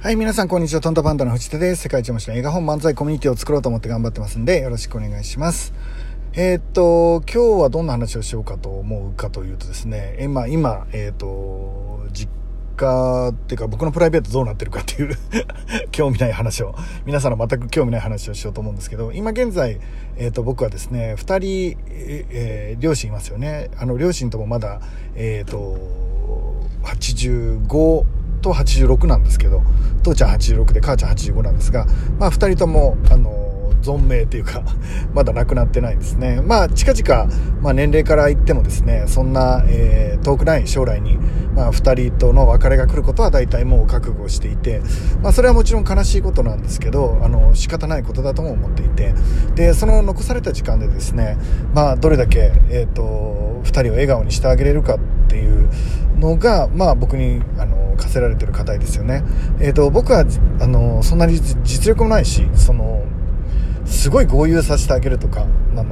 はい、皆さんこんにちは。トントパンダの藤田です。世界一面白い映画本漫才コミュニティを作ろうと思って頑張ってますんで、よろしくお願いします。今日はどんな話をしようかと思うかというとですね、今、実家っていうか僕のプライベートどうなってるかっていう興味ない話を、皆さんの全く興味ない話をしようと思うんですけど、今現在、僕はですね、2人、両親いますよね。両親ともまだ、85と86なんですけど、父ちゃん86で母ちゃん85なんですが、2人とも存命というかまだ亡くなってないんですね。近々、年齢から言ってもですね、そんな、遠くない将来に、2人との別れが来ることは大体もう覚悟していて、それはもちろん悲しいことなんですけど、仕方ないことだとも思っていて、でその残された時間でですね、どれだけ、2人を笑顔にしてあげれるかっていうのが、僕に課せられてる課題ですよね。僕はそんなに実力もないし、すごい豪遊させてあげるとか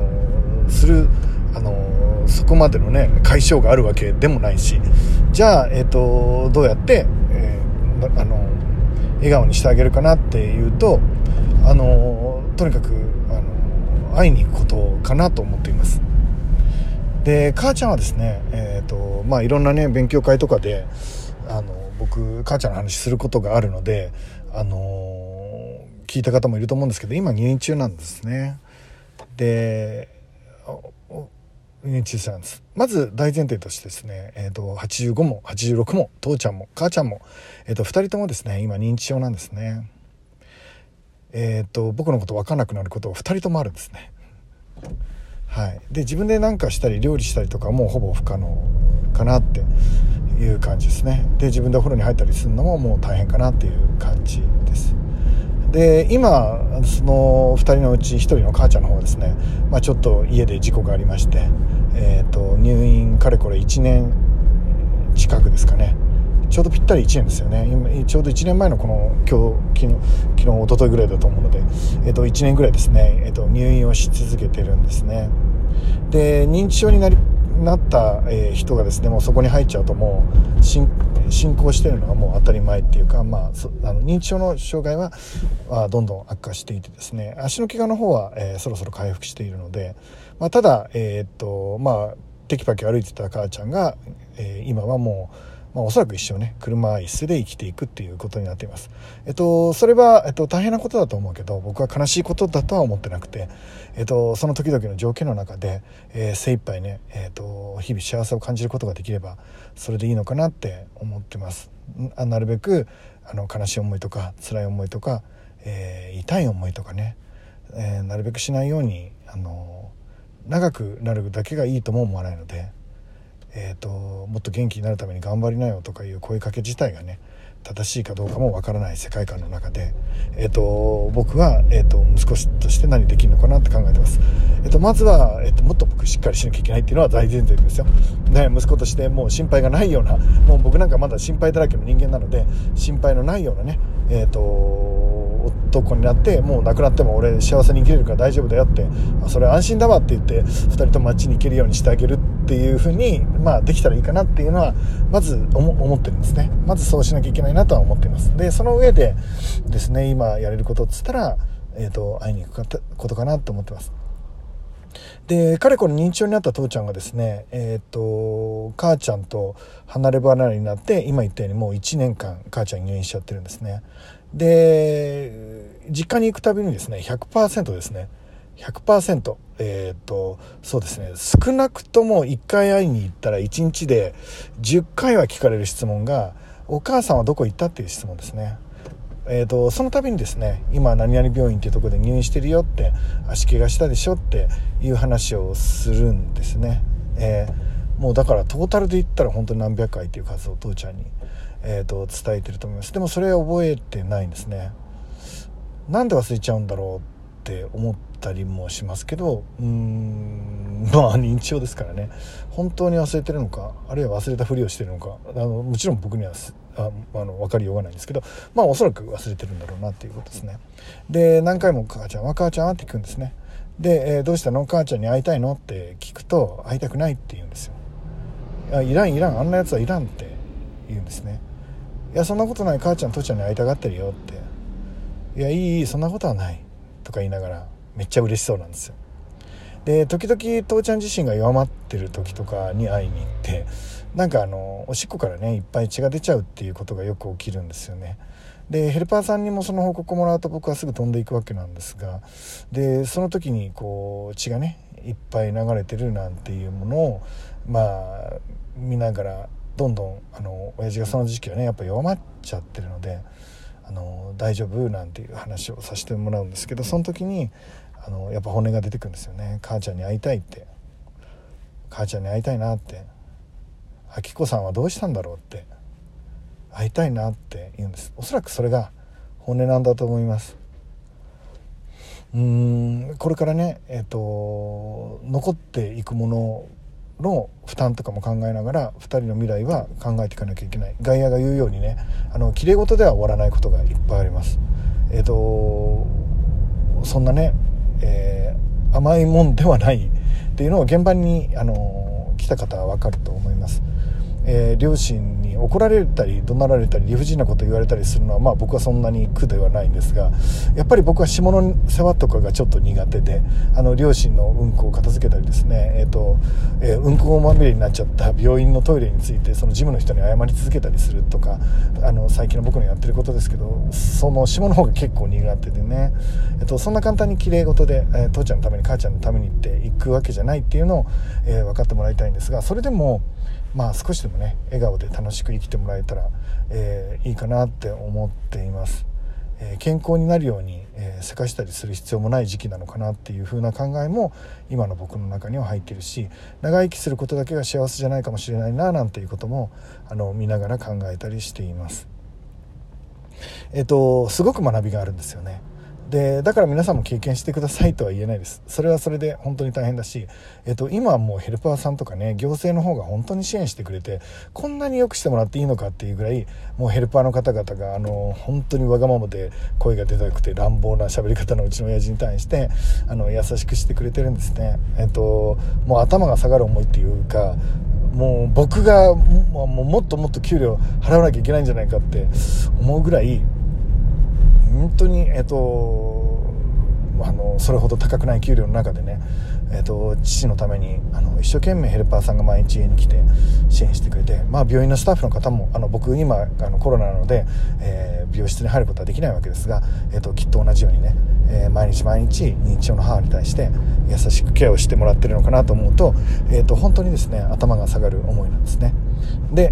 そこまでのね解消があるわけでもないし、じゃあ、どうやって、笑顔にしてあげるかなっていうと、とにかく会いに行くことかなと思っています。で母ちゃんはですね、いろんなね勉強会とかで僕母ちゃんの話することがあるので、聞いた方もいると思うんですけど、今入院中なんですね。で入院中なんです。まず大前提としてですね、85も86も父ちゃんも母ちゃんも、2人ともですね今認知症なんですね。僕のこと分かんなくなることが2人ともあるんですね。はい、で自分で何かしたり料理したりとかもうほぼ不可能かなっていう感じですね。で自分でお風呂に入ったりするのももう大変かなっていう感じです。で今その2人のうち1人の母ちゃんの方はですね、ちょっと家で事故がありまして、入院かれこれ1年近くですかね。ちょうどぴったり1年ですよね。今ちょうど1年前のこの昨日一昨日ぐらいだと思うので、1年ぐらいですね、入院をし続けてるんですね。で認知症になった、人がですねもうそこに入っちゃうともう進行しているのがもう当たり前っていうか、認知症の障害はどんどん悪化していてですね、足の怪我の方は、そろそろ回復しているので、ただ、テキパキ歩いてた母ちゃんが、今はもうおそらく一生ね車椅子で生きていくっていうことになっています。それは、大変なことだと思うけど、僕は悲しいことだとは思ってなくて、その時々の条件の中で、精一杯ね、日々幸せを感じることができればそれでいいのかなって思ってます。なるべく悲しい思いとか辛い思いとか、痛い思いとかね、なるべくしないように長くなるだけがいいとも思わないので、もっと元気になるために頑張りなよとかいう声かけ自体がね正しいかどうかもわからない世界観の中で、僕は、息子として何できるのかなって考えてます。まずは、もっと僕しっかりしなきゃいけないっていうのは大前提ですよ、ね、息子としてもう心配がないような、もう僕なんかまだ心配だらけの人間なので、心配のないようなね、男になって、もう亡くなっても俺幸せに生きれるから大丈夫だよって、それ安心だわって言って2人とも街に行けるようにしてあげるっていう風に、できたらいいかなっていうのはまず思ってるんですね。まずそうしなきゃいけないなとは思っています。でその上でですね、今やれることっつったら、会いに行くことかなと思ってます。でかれこれ認知症になった父ちゃんがですね、母ちゃんと離れ離れになって、今言ったようにもう1年間母ちゃん入院しちゃってるんですね。で実家に行くたびにですね 100% ですね 100%、そうですね、少なくとも1回会いに行ったら1日で10回は聞かれる質問が、お母さんはどこ行ったっていう質問ですね。その度にですね、今何々病院っていうところで入院してるよって、足怪我したでしょっていう話をするんですね。もうだからトータルで言ったら本当に何百回っていう数を父ちゃんに、伝えてると思います。でもそれは覚えてないんですね。なんで忘れちゃうんだろうって思ったりもしますけど、認知症ですからね、本当に忘れてるのか、あるいは忘れたふりをしてるのか、もちろん僕には分かりようがないんですけど、おそらく忘れてるんだろうなっていうことですね。で何回も母ちゃんはって聞くんですね。で、どうしたの母ちゃんに会いたいのって聞くと、会いたくないって言うんですよ。いらんあんなやつはいらんって言うんですね。 いやそんなことない、母ちゃん父ちゃんに会いたがってるよって、いやいいそんなことはないとか言いながらめっちゃ嬉しそうなんですよ。で時々父ちゃん自身が弱まってる時とかに会いに行って、なんかおしっこからねいっぱい血が出ちゃうっていうことがよく起きるんですよね。でヘルパーさんにもその報告をもらうと僕はすぐ飛んでいくわけなんですが、でその時にこう血がねいっぱい流れてるなんていうものを見ながら、どんどん親父がその時期はねやっぱ弱まっちゃってるので大丈夫なんていう話をさせてもらうんですけど、その時にやっぱ本音が出てくるんですよね。母ちゃんに会いたいって、母ちゃんに会いたいなって、明子さんはどうしたんだろうって、会いたいなって言うんです。おそらくそれが本音なんだと思います。これからね、残っていくものの負担とかも考えながら2人の未来は考えていかなきゃいけない。外野が言うようにね、綺麗事では終わらないことがいっぱいあります。そんなね、甘いもんではないっていうのを現場に来た方は分かると思います。両親に怒られたり怒鳴られたり理不尽なこと言われたりするのは僕はそんなに苦ではないんですが、やっぱり僕は下の世話とかがちょっと苦手で、両親のうんこを片付けたりですね、うんこまみれになっちゃった病院のトイレについてその事務の人に謝り続けたりするとか、最近の僕のやってることですけど、その下の方が結構苦手でね、そんな簡単に綺麗事で、父ちゃんのために母ちゃんのためにっていくわけじゃないっていうのを、分かってもらいたいんですが、それでも少しでもね笑顔で楽しく生きてもらえたら、いいかなって思っています。健康になるように、せかしたりする必要もない時期なのかなっていう風な考えも今の僕の中には入っているし、長生きすることだけが幸せじゃないかもしれないななんていうことも見ながら考えたりしています。すごく学びがあるんですよね。でだから皆さんも経験してくださいとは言えないです。それはそれで本当に大変だし、今はもうヘルパーさんとかね行政の方が本当に支援してくれて、こんなによくしてもらっていいのかっていうぐらい、もうヘルパーの方々が本当にわがままで声が出たくて乱暴な喋り方のうちの親父に対して優しくしてくれてるんですね。もう頭が下がる思いっていうか、もう僕がもっともっと給料払わなきゃいけないんじゃないかって思うぐらい本当にそれほど高くない給料の中でね、父のために一生懸命ヘルパーさんが毎日家に来て支援してくれて、病院のスタッフの方も僕今コロナなので、美容室に入ることはできないわけですが、きっと同じようにね、毎日認知症の母に対して優しくケアをしてもらってるのかなと思うと、本当にですね頭が下がる思いなんですね。で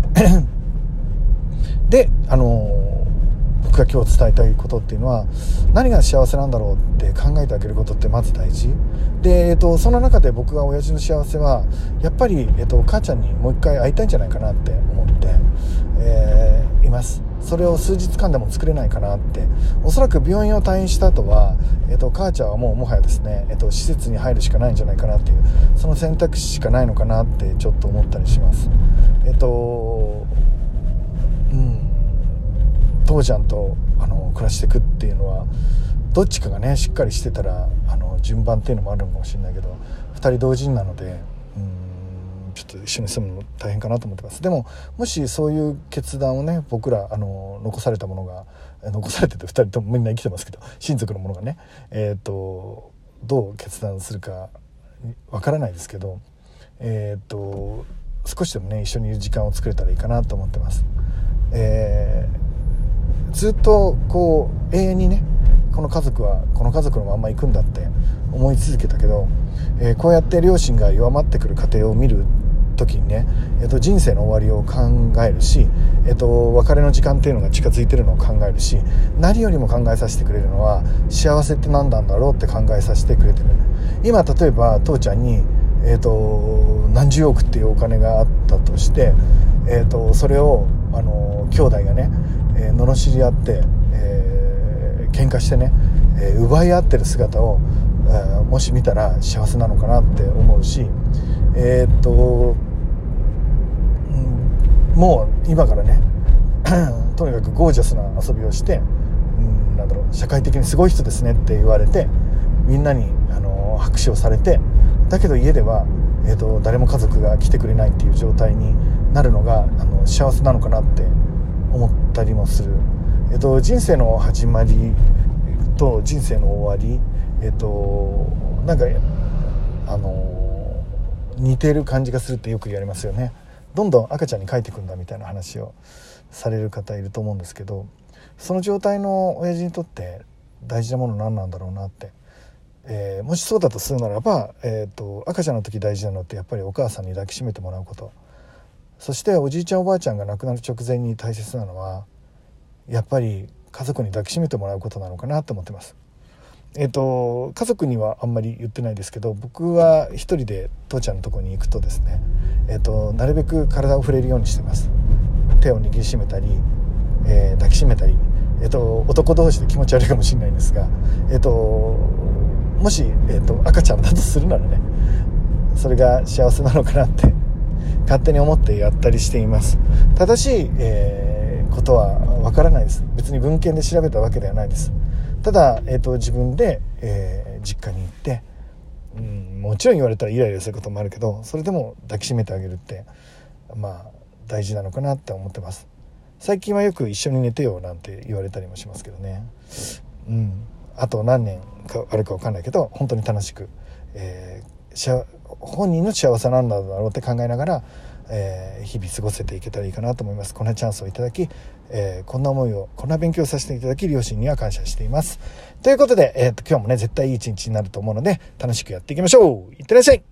僕が今日伝えたいことっていうのは、何が幸せなんだろうって考えてあげることってまず大事で、その中で僕が親父の幸せはやっぱり、母ちゃんにもう一回会いたいんじゃないかなって思って、います。それを数日間でも作れないかなって。おそらく病院を退院した後は、母ちゃんはもはやですね、施設に入るしかないんじゃないかなっていう、その選択肢しかないのかなってちょっと思ったりします。父ちゃんと暮らしていくっていうのはどっちかがねしっかりしてたら順番っていうのもあるのかもしれないけど、2人同時なのでちょっと一緒に住むの大変かなと思ってます。でももしそういう決断をね、僕ら残されたものが残されてて2人ともみんな生きてますけど、親族のものがね、どう決断するかわからないですけど、少しでもね一緒にいる時間を作れたらいいかなと思ってます。ずっと永遠にねこの家族のまんま行くんだって思い続けたけど、こうやって両親が弱まってくる過程を見る時にね、人生の終わりを考えるし、別れの時間っていうのが近づいてるのを考えるし、何よりも考えさせてくれるのは幸せって何なんだろうって考えさせてくれてる。今例えば父ちゃんに、何十億っていうお金があったとして、それを兄弟がね罵り合って、喧嘩してね、奪い合ってる姿を、もし見たら幸せなのかなって思うし、もう今からねとにかくゴージャスな遊びをして、社会的にすごい人ですねって言われて、みんなに拍手をされて、だけど家では、誰も家族が来てくれないっていう状態になるのが幸せなのかなって思ったりもする。人生の始まりと人生の終わり、なんか似てる感じがするってよく言われますよね。どんどん赤ちゃんに帰ってくんだみたいな話をされる方いると思うんですけど、その状態の親父にとって大事なもの何なんだろうなって、もしそうだとするならば、赤ちゃんの時大事なのってやっぱりお母さんに抱きしめてもらうこと、そしておじいちゃんおばあちゃんが亡くなる直前に大切なのはやっぱり家族に抱きしめてもらうことなのかなと思ってます。家族にはあんまり言ってないですけど、僕は一人で父ちゃんのところに行くとですね、なるべく体を触れるようにしてます。手を握りしめたり、抱きしめたり、男同士で気持ち悪いかもしれないんですが、もし、赤ちゃんだとするならね、それが幸せなのかなって勝手に思ってやったりしています。正しい、ことはわからないです。別に文献で調べたわけではないです。ただ、自分で、実家に行って、もちろん言われたらイライラすることもあるけど、それでも抱きしめてあげるって大事なのかなって思ってます。最近はよく一緒に寝てよなんて言われたりもしますけどね。あと何年かあるか分かんないけど、本当に楽しく、本人の幸せなんだろうって考えながら、日々過ごせていけたらいいかなと思います。こんなチャンスをいただき、こんな思いを、こんな勉強させていただき、両親には感謝しています。ということで、今日もね絶対いい一日になると思うので楽しくやっていきましょう。いってらっしゃい。